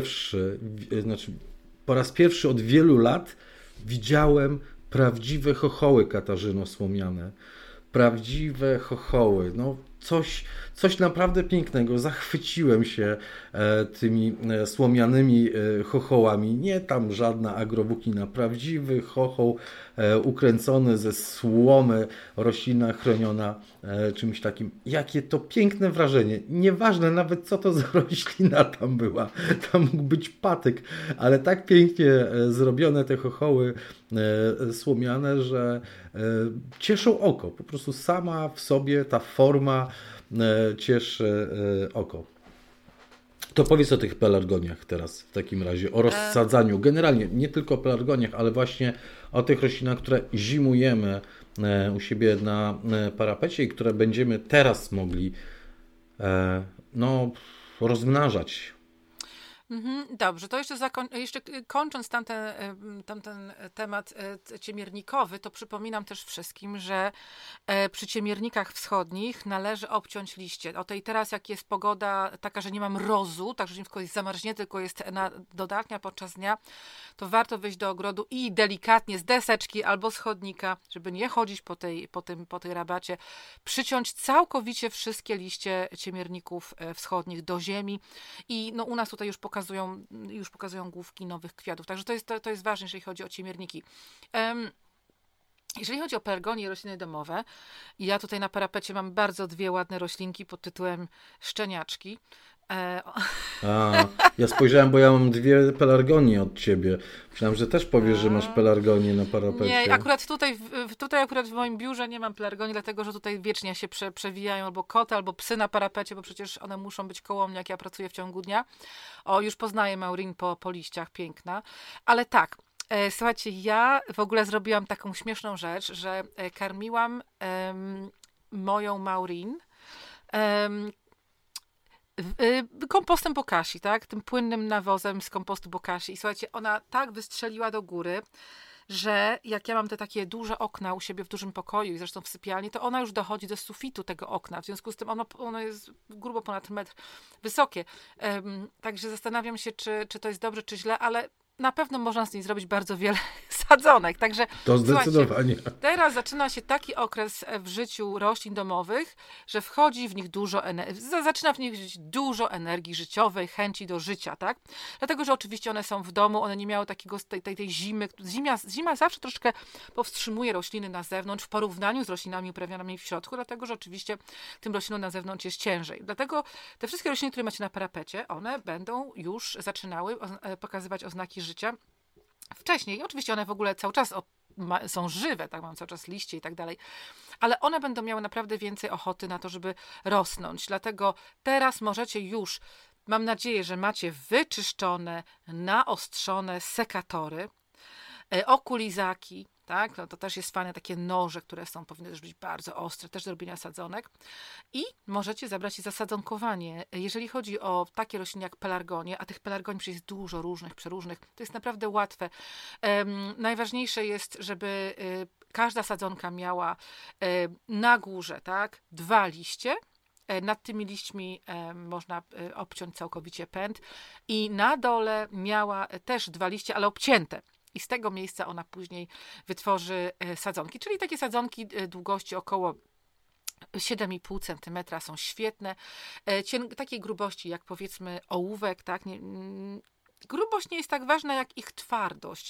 pierwszy od wielu lat widziałem prawdziwe chochoły katarzyno-słomiane. Prawdziwe chochoły. No, coś naprawdę pięknego. Zachwyciłem się tymi słomianymi chochołami. Nie tam żadna agrowukina. Prawdziwy chochoł ukręcony ze słomy, roślina chroniona czymś takim. Jakie to piękne wrażenie. Nieważne nawet co to za roślina tam była. Tam mógł być patyk, ale tak pięknie zrobione te chochoły słomiane, że cieszą oko. Po prostu sama w sobie ta forma cieszy oko. To powiedz o tych pelargoniach teraz w takim razie, o rozsadzaniu. Generalnie nie tylko o pelargoniach, ale właśnie o tych roślinach, które zimujemy u siebie na parapecie i które będziemy teraz mogli rozmnażać. Dobrze, to jeszcze kończąc tamten temat ciemiernikowy, to przypominam też wszystkim, że przy ciemiernikach wschodnich należy obciąć liście. O tej teraz, jak jest pogoda taka, że nie ma mrozu, także nie tylko jest zamarznięte, tylko jest dodatnia podczas dnia, to warto wyjść do ogrodu i delikatnie z deseczki albo z chodnika, żeby nie chodzić po tej rabacie, przyciąć całkowicie wszystkie liście ciemierników wschodnich do ziemi i no, u nas tutaj już pokazują główki nowych kwiatów. Także to jest ważne, jeżeli chodzi o ciemierniki. Jeżeli chodzi o pelargonie i rośliny domowe, ja tutaj na parapecie mam bardzo 2 ładne roślinki pod tytułem szczeniaczki. Ja spojrzałem, bo ja mam 2 pelargonie od ciebie. Myślałem, że też powiesz, że masz pelargonię na parapecie. Nie, akurat tutaj w moim biurze nie mam pelargonii, dlatego że tutaj wiecznie się przewijają albo koty, albo psy na parapecie, bo przecież one muszą być koło mnie, jak ja pracuję w ciągu dnia. Już poznaję Maureen po liściach, piękna. Ale tak, słuchajcie, ja w ogóle zrobiłam taką śmieszną rzecz, że karmiłam moją Maureen kompostem bokashi, tak? Tym płynnym nawozem z kompostu bokashi. I słuchajcie, ona tak wystrzeliła do góry, że jak ja mam te takie duże okna u siebie w dużym pokoju i zresztą w sypialni, to ona już dochodzi do sufitu tego okna. W związku z tym ono jest grubo ponad metr wysokie. Także zastanawiam się, czy to jest dobrze, czy źle, ale na pewno można z niej zrobić bardzo wiele sadzonek. Także To zdecydowanie. Teraz zaczyna się taki okres w życiu roślin domowych, że wchodzi w nich zaczyna w nich dużo energii życiowej, chęci do życia, tak? Dlatego, że oczywiście one są w domu, one nie miały takiego tej zimy. Zima zawsze troszkę powstrzymuje rośliny na zewnątrz w porównaniu z roślinami uprawianymi w środku, dlatego, że oczywiście tym roślinom na zewnątrz jest ciężej. Dlatego te wszystkie rośliny, które macie na parapecie, one będą już zaczynały pokazywać oznaki życia wcześniej. I oczywiście one w ogóle cały czas są żywe, tak, mam cały czas liście i tak dalej, ale one będą miały naprawdę więcej ochoty na to, żeby rosnąć. Dlatego teraz możecie już, mam nadzieję, że macie wyczyszczone, naostrzone sekatory, okulizaki, tak? No to też jest fajne, takie noże, które powinny też być bardzo ostre, też do robienia sadzonek. I możecie zabrać się za sadzonkowanie. Jeżeli chodzi o takie rośliny jak pelargonie, a tych pelargonii przecież jest dużo różnych, przeróżnych, to jest naprawdę łatwe. Najważniejsze jest, żeby każda sadzonka miała na górze, tak, 2 liście. Nad tymi liśćmi można obciąć całkowicie pęd i na dole miała też 2 liście, ale obcięte. I z tego miejsca ona później wytworzy sadzonki, czyli takie sadzonki długości około 7,5 cm są świetne. Takiej grubości jak powiedzmy ołówek, tak? Grubość nie jest tak ważna jak ich twardość.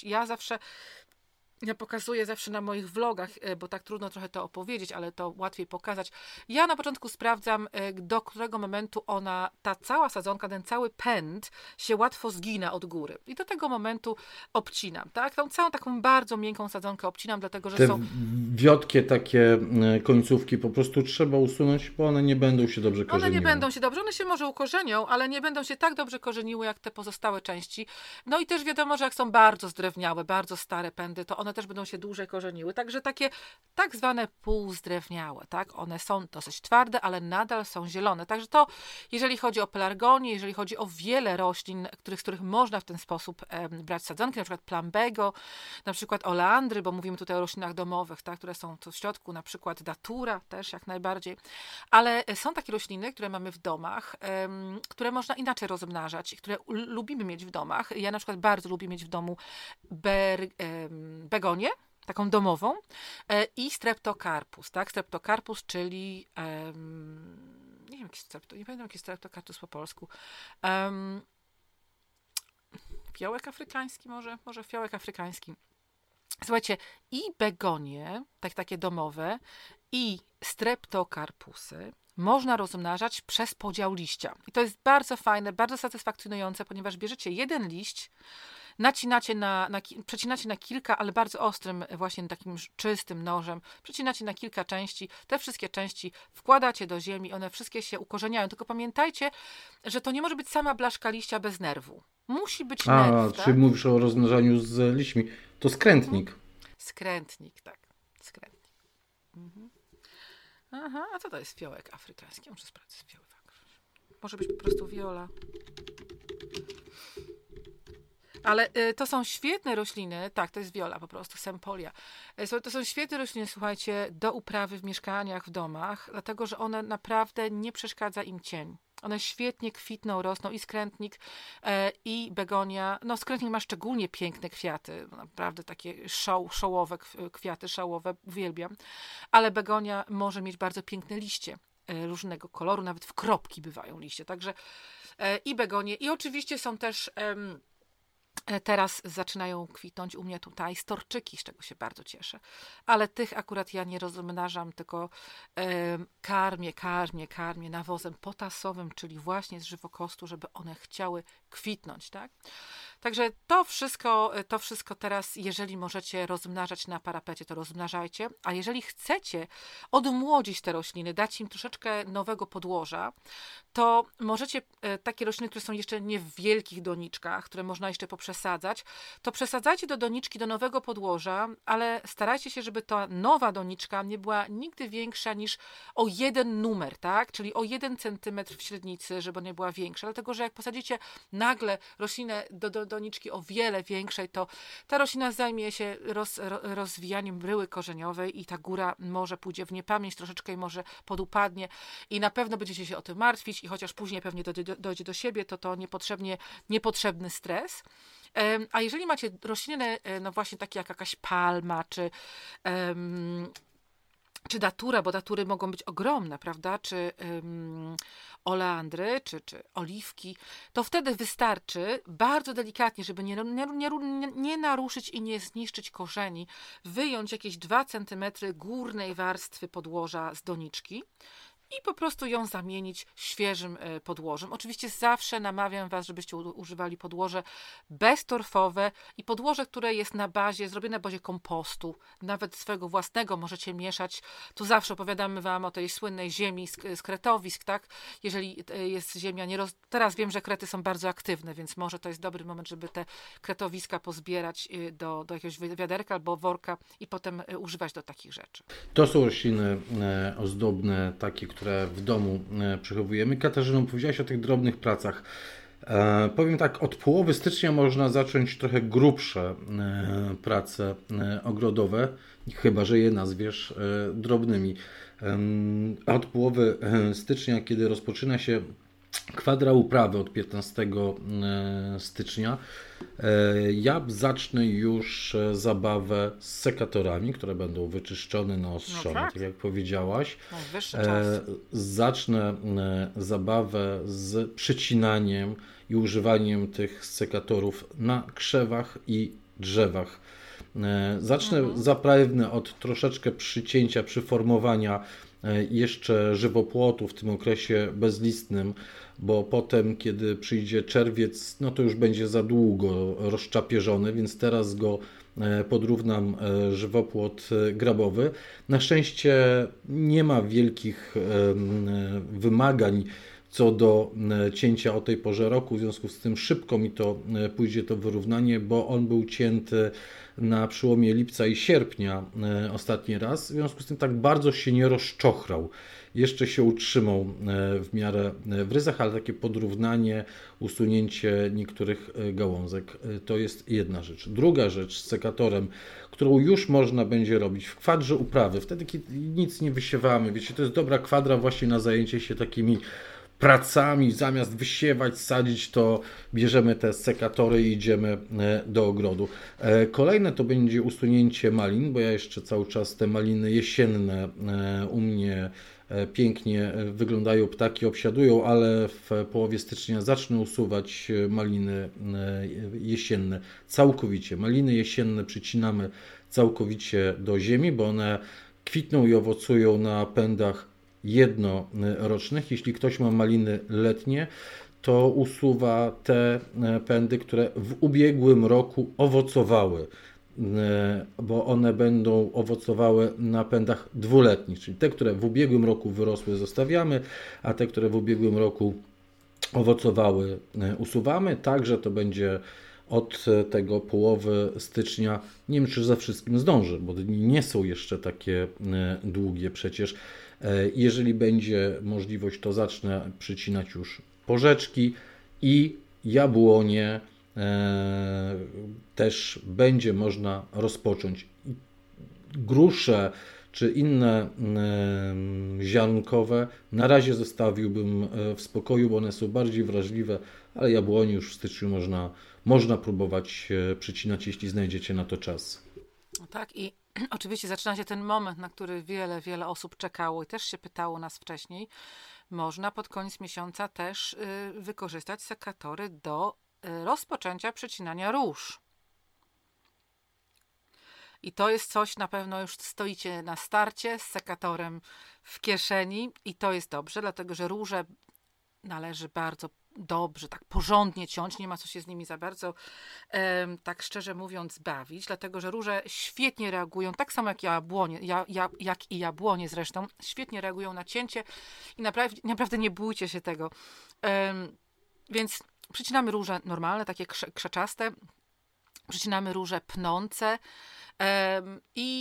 Ja pokazuję zawsze na moich vlogach, bo tak trudno trochę to opowiedzieć, ale to łatwiej pokazać. Ja na początku sprawdzam, do którego momentu ta cała sadzonka, ten cały pęd się łatwo zgina od góry. I do tego momentu obcinam, tak? Tą całą taką bardzo miękką sadzonkę obcinam, dlatego, że są... wiotkie takie końcówki po prostu trzeba usunąć, bo one nie będą się dobrze korzeniły. One nie będą się dobrze, one się może ukorzenią, ale nie będą się tak dobrze korzeniły, jak te pozostałe części. No i też wiadomo, że jak są bardzo zdrewniałe, bardzo stare pędy, to one też będą się dłużej korzeniły. Także takie tak zwane półzdrewniałe, tak? One są dosyć twarde, ale nadal są zielone. Także to, jeżeli chodzi o pelargonię, jeżeli chodzi o wiele roślin, z których można w ten sposób brać sadzonki, na przykład plambego, na przykład oleandry, bo mówimy tutaj o roślinach domowych, tak? Które są tu w środku, na przykład datura też jak najbardziej. Ale są takie rośliny, które mamy w domach, które można inaczej rozmnażać, które lubimy mieć w domach. Ja na przykład bardzo lubię mieć w domu begonię, taką domową i streptokarpus, tak? Streptokarpus, czyli nie wiem, nie pamiętam jaki streptokarpus po polsku. Fiołek afrykański może fiołek afrykański. Słuchajcie, i begonie, takie domowe, i streptokarpusy można rozmnażać przez podział liścia. I to jest bardzo fajne, bardzo satysfakcjonujące, ponieważ bierzecie jeden liść, przecinacie na kilka, ale bardzo ostrym, właśnie takim czystym nożem, przecinacie na kilka części, te wszystkie części wkładacie do ziemi, one wszystkie się ukorzeniają, tylko pamiętajcie, że to nie może być sama blaszka liścia bez nerwu. Musi być nerw, tak? Czyli mówisz o rozmnażaniu z liśćmi. To skrętnik. Skrętnik, tak. Skrętnik. Mhm. Aha, a co to jest fiołek afrykański? Muszę sprawdzić fiołek. Może być po prostu viola. Ale to są świetne rośliny, tak, to jest viola po prostu, sempolia. To są świetne rośliny, słuchajcie, do uprawy w mieszkaniach, w domach, dlatego, że one naprawdę nie przeszkadza im cień. One świetnie kwitną, rosną i skrętnik, i begonia. No skrętnik ma szczególnie piękne kwiaty, naprawdę takie szołowe kwiaty, szałowe, uwielbiam. Ale begonia może mieć bardzo piękne liście różnego koloru, nawet w kropki bywają liście. Także i begonie, i oczywiście są też... Teraz zaczynają kwitnąć u mnie tutaj storczyki, z czego się bardzo cieszę. Ale tych akurat ja nie rozmnażam, tylko karmię nawozem potasowym, czyli właśnie z żywokostu, żeby one chciały kwitnąć, tak? Także to wszystko teraz, jeżeli możecie rozmnażać na parapecie, to rozmnażajcie, a jeżeli chcecie odmłodzić te rośliny, dać im troszeczkę nowego podłoża, to możecie takie rośliny, które są jeszcze nie w wielkich doniczkach, które można jeszcze poprzesadzać, to przesadzajcie do doniczki, do nowego podłoża, ale starajcie się, żeby ta nowa doniczka nie była nigdy większa niż o 1 numer, tak? Czyli o 1 centymetr w średnicy, żeby nie była większa, dlatego, że jak posadzicie nagle roślinę do doniczki o wiele większej, to ta roślina zajmie się rozwijaniem bryły korzeniowej i ta góra może pójdzie w niepamięć troszeczkę i może podupadnie i na pewno będziecie się o tym martwić i chociaż później pewnie dojdzie do siebie, to niepotrzebny stres. A jeżeli macie rośliny, no właśnie takie jak jakaś palma, czy datura, bo datury mogą być ogromne, prawda, czy oleandry, czy oliwki, to wtedy wystarczy bardzo delikatnie, żeby nie naruszyć i nie zniszczyć korzeni, wyjąć jakieś 2 cm górnej warstwy podłoża z doniczki i po prostu ją zamienić świeżym podłożem. Oczywiście zawsze namawiam Was, żebyście używali podłoże beztorfowe i podłoże, które jest zrobione na bazie kompostu, nawet swojego własnego możecie mieszać. Tu zawsze opowiadamy Wam o tej słynnej ziemi z kretowisk, tak? Jeżeli jest ziemia teraz wiem, że krety są bardzo aktywne, więc może to jest dobry moment, żeby te kretowiska pozbierać do jakiegoś wiaderka albo worka i potem używać do takich rzeczy. To są rośliny ozdobne, takie, które w domu przechowujemy. Katarzyno, powiedziałaś o tych drobnych pracach. Powiem tak, od połowy stycznia można zacząć trochę grubsze prace ogrodowe, chyba że je nazwiesz drobnymi. A od połowy stycznia, kiedy rozpoczyna się kwadra uprawy od 15 stycznia, ja zacznę już zabawę z sekatorami, które będą wyczyszczone, naostrzone, tak jak powiedziałaś. Najwyższy czas. Zacznę zabawę z przycinaniem i używaniem tych sekatorów na krzewach i drzewach. Zacznę zapewne od troszeczkę przycięcia, przyformowania jeszcze żywopłotu w tym okresie bezlistnym, bo potem, kiedy przyjdzie czerwiec, no to już będzie za długo rozczapieżony, więc teraz go podrównam żywopłot grabowy. Na szczęście nie ma wielkich wymagań co do cięcia o tej porze roku, w związku z tym szybko mi to pójdzie to wyrównanie, bo on był cięty na przełomie lipca i sierpnia ostatni raz, w związku z tym tak bardzo się nie rozczochrał. Jeszcze się utrzymał w miarę w ryzach, ale takie podrównanie, usunięcie niektórych gałązek to jest jedna rzecz. Druga rzecz z sekatorem, którą już można będzie robić w kwadrze uprawy, wtedy kiedy nic nie wysiewamy. Wiecie, to jest dobra kwadra właśnie na zajęcie się takimi pracami, zamiast wysiewać, sadzić, to bierzemy te sekatory i idziemy do ogrodu. Kolejne to będzie usunięcie malin, bo ja jeszcze cały czas te maliny jesienne u mnie pięknie wyglądają, ptaki obsiadują, ale w połowie stycznia zacznę usuwać maliny jesienne całkowicie. Maliny jesienne przycinamy całkowicie do ziemi, bo one kwitną i owocują na pędach jednorocznych. Jeśli ktoś ma maliny letnie, to usuwa te pędy, które w ubiegłym roku owocowały, bo one będą owocowały na pędach dwuletnich, czyli te, które w ubiegłym roku wyrosły, zostawiamy, a te, które w ubiegłym roku owocowały, usuwamy. Także to będzie od tego połowy stycznia. Nie wiem, czy ze wszystkim zdążę, bo dni nie są jeszcze takie długie przecież. Jeżeli będzie możliwość, to zacznę przycinać już porzeczki i jabłonie też będzie można rozpocząć. Grusze czy inne ziarnkowe na razie zostawiłbym w spokoju, bo one są bardziej wrażliwe, ale jabłonie już w styczniu można próbować przycinać, jeśli znajdziecie na to czas. Tak, i oczywiście zaczyna się ten moment, na który wiele osób czekało i też się pytało nas wcześniej. Można pod koniec miesiąca też wykorzystać sekatory do rozpoczęcia przycinania róż. I to jest coś, na pewno już stoicie na starcie z sekatorem w kieszeni i to jest dobrze, dlatego że róże należy bardzo dobrze, tak porządnie ciąć, nie ma co się z nimi za bardzo, tak szczerze mówiąc, bawić, dlatego że róże świetnie reagują, tak samo jak jabłonie, jak i jabłonie zresztą, świetnie reagują na cięcie i naprawdę nie bójcie się tego. Więc przycinamy róże normalne, takie krzaczaste, przycinamy róże pnące i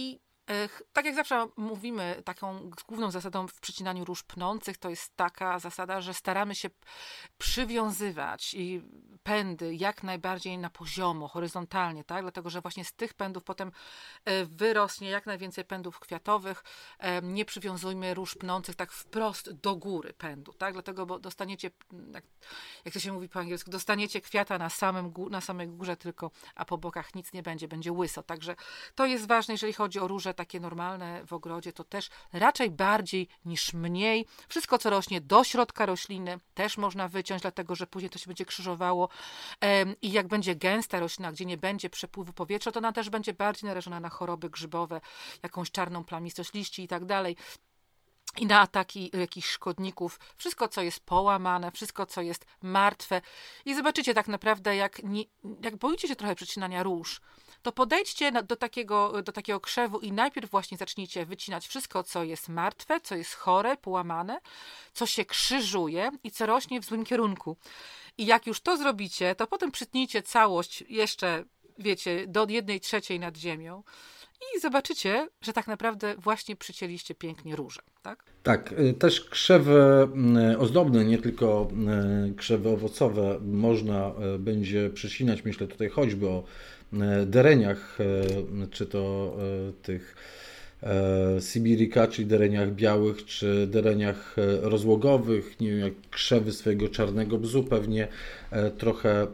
Tak jak zawsze mówimy, taką główną zasadą w przycinaniu róż pnących to jest taka zasada, że staramy się przywiązywać i pędy jak najbardziej na poziomo, horyzontalnie, tak? Dlatego, że właśnie z tych pędów potem wyrośnie jak najwięcej pędów kwiatowych. Nie przywiązujmy róż pnących tak wprost do góry pędu, tak? Dlatego, bo dostaniecie, jak to się mówi po angielsku, dostaniecie kwiata na samej górze tylko, a po bokach nic nie będzie, będzie łyso. Także to jest ważne, jeżeli chodzi o róże takie normalne w ogrodzie, to też raczej bardziej niż mniej. Wszystko, co rośnie do środka rośliny, też można wyciąć, dlatego że później to się będzie krzyżowało i jak będzie gęsta roślina, gdzie nie będzie przepływu powietrza, to ona też będzie bardziej narażona na choroby grzybowe, jakąś czarną plamistość liści i tak dalej. I na ataki jakichś szkodników, wszystko, co jest połamane, wszystko, co jest martwe. I zobaczycie tak naprawdę, jak boicie się trochę przecinania róż, to podejdźcie do takiego krzewu i najpierw właśnie zacznijcie wycinać wszystko, co jest martwe, co jest chore, połamane, co się krzyżuje i co rośnie w złym kierunku. I jak już to zrobicie, to potem przytnijcie całość jeszcze, wiecie, do 1/3 nad ziemią i zobaczycie, że tak naprawdę właśnie przycięliście pięknie róże. Tak? Tak, też krzewy ozdobne, nie tylko krzewy owocowe można będzie przycinać. Myślę tutaj choćby o dereniach, czy to tych Sibirika, czyli dereniach białych, czy dereniach rozłogowych, nie wiem, jak krzewy swojego czarnego bzu, pewnie trochę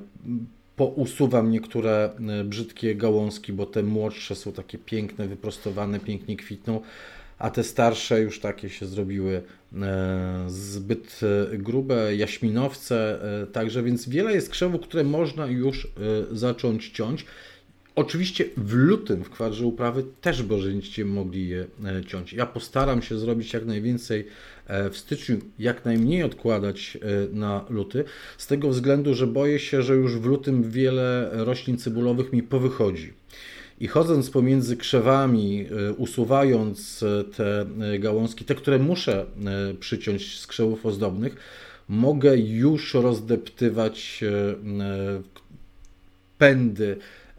pousuwam niektóre brzydkie gałązki, bo te młodsze są takie piękne, wyprostowane, pięknie kwitną, a te starsze już takie się zrobiły zbyt grube, jaśminowce, także więc wiele jest krzewów, które można już zacząć ciąć. Oczywiście w lutym w kwadrze uprawy też będziecie mogli je ciąć. Ja postaram się zrobić jak najwięcej w styczniu, jak najmniej odkładać na luty, z tego względu, że boję się, że już w lutym wiele roślin cebulowych mi powychodzi. I chodząc pomiędzy krzewami, usuwając te gałązki, te, które muszę przyciąć z krzewów ozdobnych, mogę już rozdeptywać pędy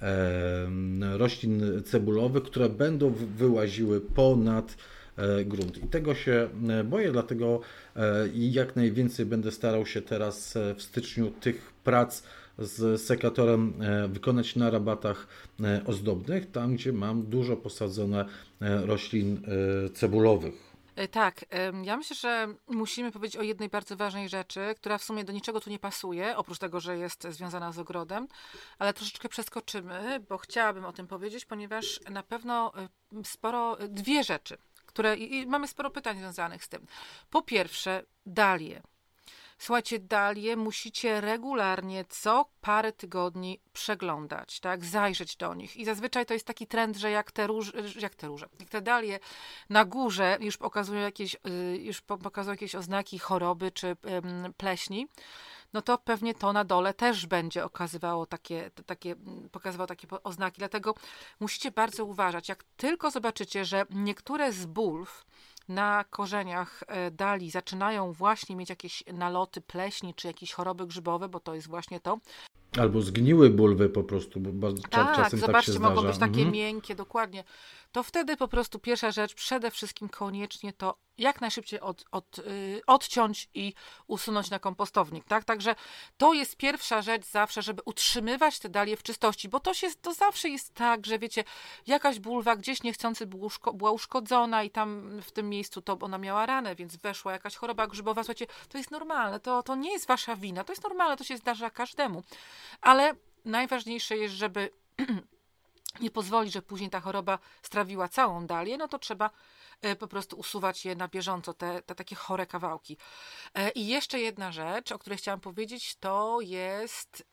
roślin cebulowych, które będą wyłaziły ponad grunt. I tego się boję, dlatego i jak najwięcej będę starał się teraz w styczniu tych prac z sekatorem wykonać na rabatach ozdobnych, tam gdzie mam dużo posadzone roślin cebulowych. Tak, ja myślę, że musimy powiedzieć o jednej bardzo ważnej rzeczy, która w sumie do niczego tu nie pasuje, oprócz tego, że jest związana z ogrodem, ale troszeczkę przeskoczymy, bo chciałabym o tym powiedzieć, ponieważ na pewno dwie rzeczy, i mamy sporo pytań związanych z tym. Po pierwsze, dalie. Słuchajcie, dalie musicie regularnie co parę tygodni przeglądać, tak, zajrzeć do nich. I zazwyczaj to jest taki trend, że jak te dalie na górze już pokazują jakieś oznaki choroby czy pleśni, no to pewnie to na dole też będzie pokazywało takie oznaki. Dlatego musicie bardzo uważać. Jak tylko zobaczycie, że niektóre z bulw na korzeniach dali zaczynają właśnie mieć jakieś naloty pleśni czy jakieś choroby grzybowe, bo to jest właśnie to. Albo zgniły bulwy po prostu, bo bardzo czasem zobaczcie, tak się zdarza. mogą być takie miękkie, dokładnie. To wtedy po prostu pierwsza rzecz, przede wszystkim koniecznie to jak najszybciej odciąć i usunąć na kompostownik, tak? Także to jest pierwsza rzecz zawsze, żeby utrzymywać te dalie w czystości, bo to zawsze jest tak, że wiecie, jakaś bulwa gdzieś niechcący była uszkodzona i tam w tym miejscu to ona miała ranę, więc weszła jakaś choroba grzybowa. Słuchajcie, to jest normalne, to nie jest wasza wina, to jest normalne, to się zdarza każdemu, ale najważniejsze jest, żeby nie pozwolić, że później ta choroba strawiła całą dalię, no to trzeba po prostu usuwać je na bieżąco, te takie chore kawałki. I jeszcze jedna rzecz, o której chciałam powiedzieć, to jest...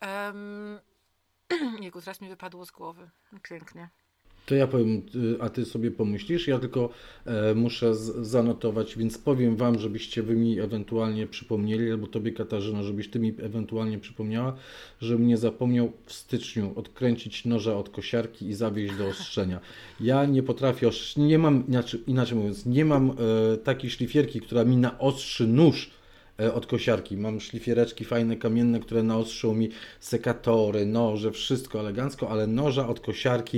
Teraz mi wypadło z głowy. Pięknie. To ja powiem, a ty sobie pomyślisz, ja tylko muszę zanotować, więc powiem wam, żebyście wy mi ewentualnie przypomnieli, albo tobie, Katarzyno, żebyś ty mi ewentualnie przypomniała, żebym nie zapomniał w styczniu odkręcić noża od kosiarki i zawieźć do ostrzenia. Ja nie potrafię, nie mam, inaczej mówiąc, nie mam takiej szlifierki, która mi naostrzy nóż od kosiarki. Mam szlifiereczki fajne, kamienne, które naostrzą mi sekatory, noże, wszystko elegancko, ale noża od kosiarki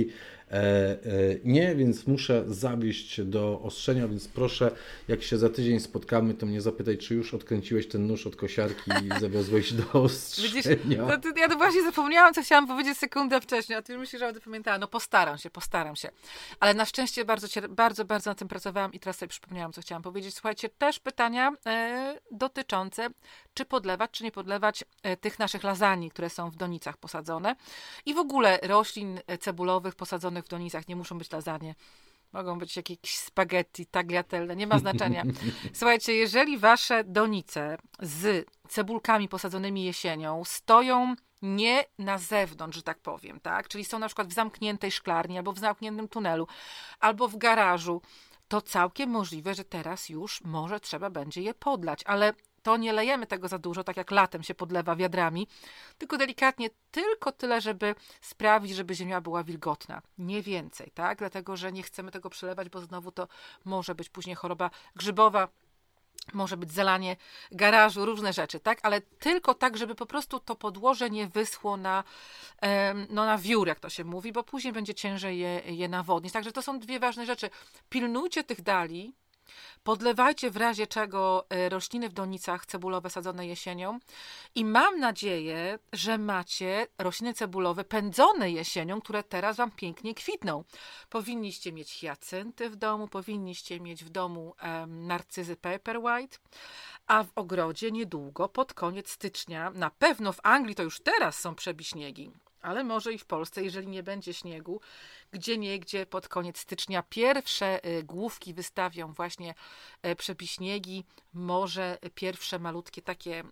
Nie, więc muszę zawieść do ostrzenia, więc proszę, jak się za tydzień spotkamy, to mnie zapytaj, czy już odkręciłeś ten nóż od kosiarki i zawiozłeś do ostrzenia. Widzisz, ja to właśnie zapomniałam, co chciałam powiedzieć sekundę wcześniej, a ty myślisz, że będę pamiętała. No postaram się. Ale na szczęście bardzo na tym pracowałam i teraz sobie przypomniałam, co chciałam powiedzieć. Słuchajcie, też pytania dotyczące, czy podlewać, czy nie podlewać tych naszych lasagne, które są w donicach posadzone i w ogóle roślin cebulowych posadzonych w donicach. Nie muszą być lasagne. Mogą być jakieś spaghetti, tagliatelle, nie ma znaczenia. Słuchajcie, jeżeli wasze donice z cebulkami posadzonymi jesienią stoją nie na zewnątrz, że tak powiem, tak? Czyli są na przykład w zamkniętej szklarni, albo w zamkniętym tunelu, albo w garażu, to całkiem możliwe, że teraz już może trzeba będzie je podlać, ale to nie lejemy tego za dużo, tak jak latem się podlewa wiadrami, tylko delikatnie, tylko tyle, żeby sprawić, żeby ziemia była wilgotna. Nie więcej, tak? Dlatego, że nie chcemy tego przelewać, bo znowu to może być później choroba grzybowa, może być zalanie garażu, różne rzeczy, tak? Ale tylko tak, żeby po prostu to podłoże nie wyschło na wiór, jak to się mówi, bo później będzie ciężej je nawodnić. Także to są dwie ważne rzeczy. Pilnujcie tych dali, podlewajcie w razie czego rośliny w donicach cebulowe sadzone jesienią i mam nadzieję, że macie rośliny cebulowe pędzone jesienią, które teraz wam pięknie kwitną. Powinniście mieć hiacynty w domu, powinniście mieć w domu narcyzy Paperwhite, a w ogrodzie niedługo, pod koniec stycznia, na pewno w Anglii to już teraz są przebiśniegi, ale może i w Polsce, jeżeli nie będzie śniegu, gdzieniegdzie pod koniec stycznia pierwsze główki wystawią właśnie przebiśniegi, może pierwsze malutkie takie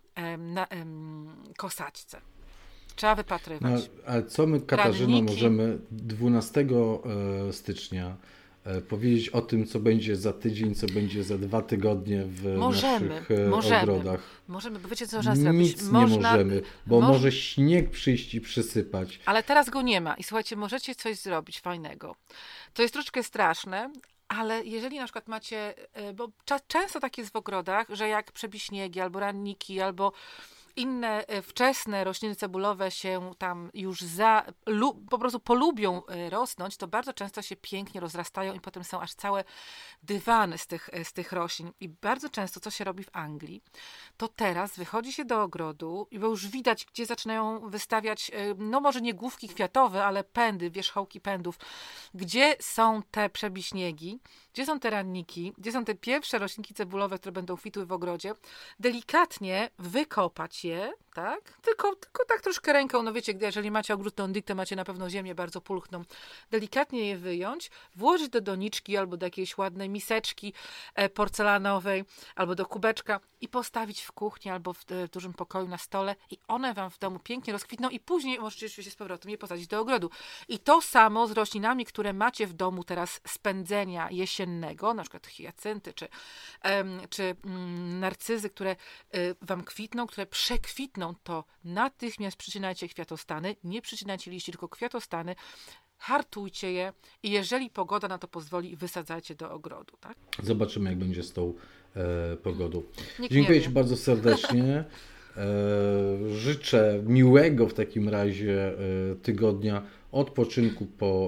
kosaćce. Trzeba wypatrywać. No, ale co my, Katarzyno, możemy 12 stycznia powiedzieć o tym, co będzie za tydzień, co będzie za 2 tygodnie w naszych ogrodach? Możemy, bo wiecie, co można zrobić? Nic nie możemy, bo może śnieg przyjść i przysypać. Ale teraz go nie ma i słuchajcie, możecie coś zrobić fajnego. To jest troszkę straszne, ale jeżeli na przykład macie, bo często tak jest w ogrodach, że jak przebiśniegi, albo ranniki, albo inne wczesne rośliny cebulowe się tam już po prostu polubią rosnąć, to bardzo często się pięknie rozrastają i potem są aż całe dywany z tych roślin. I bardzo często, co się robi w Anglii, to teraz wychodzi się do ogrodu i bo już widać, gdzie zaczynają wystawiać, no może nie główki kwiatowe, ale pędy, wierzchołki pędów, gdzie są te przebiśniegi, gdzie są te ranniki, gdzie są te pierwsze roślinki cebulowe, które będą kwitły w ogrodzie, delikatnie wykopać je, tak? Tylko tak troszkę ręką, no wiecie, jeżeli macie ogród Nordic, to macie na pewno ziemię bardzo pulchną. Delikatnie je wyjąć, włożyć do doniczki albo do jakiejś ładnej miseczki porcelanowej, albo do kubeczka i postawić w kuchni albo w dużym pokoju na stole i one wam w domu pięknie rozkwitną i później możecie oczywiście z powrotem je posadzić do ogrodu. I to samo z roślinami, które macie w domu teraz spędzenia jesiennego, na przykład hiacynty czy narcyzy, które wam kwitną, które przekwitną, to natychmiast przycinajcie kwiatostany, nie przycinajcie liści, tylko kwiatostany, hartujcie je i jeżeli pogoda na to pozwoli, wysadzajcie do ogrodu. Tak? Zobaczymy, jak będzie z tą pogodą. Dziękuję Ci bardzo serdecznie. Życzę miłego w takim razie tygodnia odpoczynku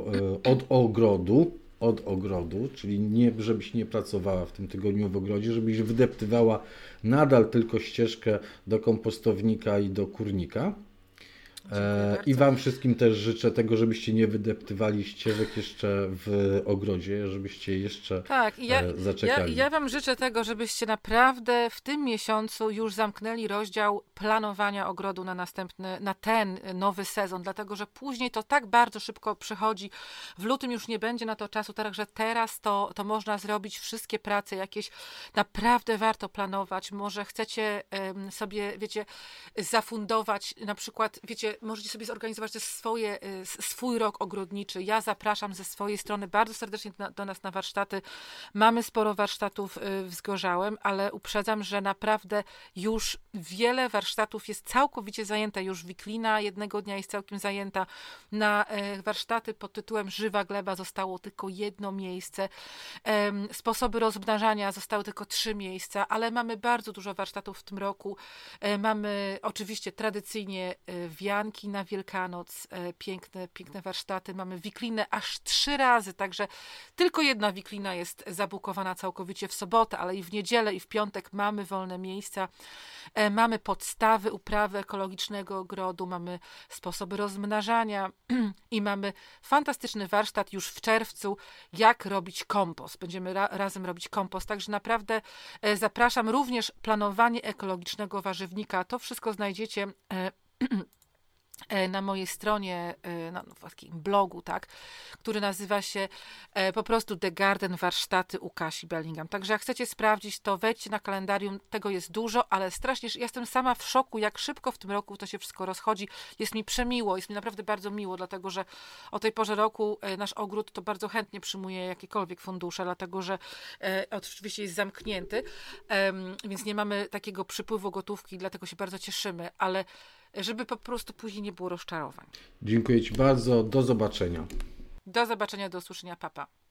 od ogrodu, czyli nie, żebyś nie pracowała w tym tygodniu w ogrodzie, żebyś wydeptywała nadal tylko ścieżkę do kompostownika i do kurnika. I Wam wszystkim też życzę tego, żebyście nie wydeptywali ścieżek jeszcze w ogrodzie, żebyście jeszcze zaczekali. Ja Wam życzę tego, żebyście naprawdę w tym miesiącu już zamknęli rozdział planowania ogrodu na ten nowy sezon, dlatego że później to tak bardzo szybko przychodzi. W lutym już nie będzie na to czasu, także teraz to można zrobić wszystkie prace jakieś. Naprawdę warto planować. Może chcecie sobie, wiecie, zafundować na przykład, wiecie, możecie sobie zorganizować też swój rok ogrodniczy. Ja zapraszam ze swojej strony bardzo serdecznie do nas na warsztaty. Mamy sporo warsztatów w Zgorzałem, ale uprzedzam, że naprawdę już wiele warsztatów jest całkowicie zajęte. Już Wiklina jednego dnia jest całkiem zajęta. Na warsztaty pod tytułem Żywa gleba zostało tylko 1 miejsce. Sposoby rozmnażania zostały tylko 3 miejsca, ale mamy bardzo dużo warsztatów w tym roku. Mamy oczywiście tradycyjnie wiany, niespodzianki na Wielkanoc, piękne warsztaty. Mamy wiklinę aż 3 razy, także tylko jedna wiklina jest zabukowana całkowicie w sobotę, ale i w niedzielę, i w piątek mamy wolne miejsca. Mamy podstawy uprawy ekologicznego ogrodu, mamy sposoby rozmnażania i mamy fantastyczny warsztat już w czerwcu, jak robić kompost. Będziemy razem robić kompost, także naprawdę zapraszam. Również planowanie ekologicznego warzywnika. To wszystko znajdziecie na mojej stronie, w takim blogu, tak, który nazywa się po prostu The Garden Warsztaty u Kasi Bellingham. Także jak chcecie sprawdzić, to wejdźcie na kalendarium, tego jest dużo, ale strasznie, jestem sama w szoku, jak szybko w tym roku to się wszystko rozchodzi. Jest mi przemiło, jest mi naprawdę bardzo miło, dlatego że o tej porze roku nasz ogród to bardzo chętnie przyjmuje jakiekolwiek fundusze, dlatego że oczywiście jest zamknięty, więc nie mamy takiego przypływu gotówki, dlatego się bardzo cieszymy, ale żeby po prostu później nie było rozczarowań. Dziękuję Ci bardzo. Do zobaczenia. Do zobaczenia, do usłyszenia. Pa, pa.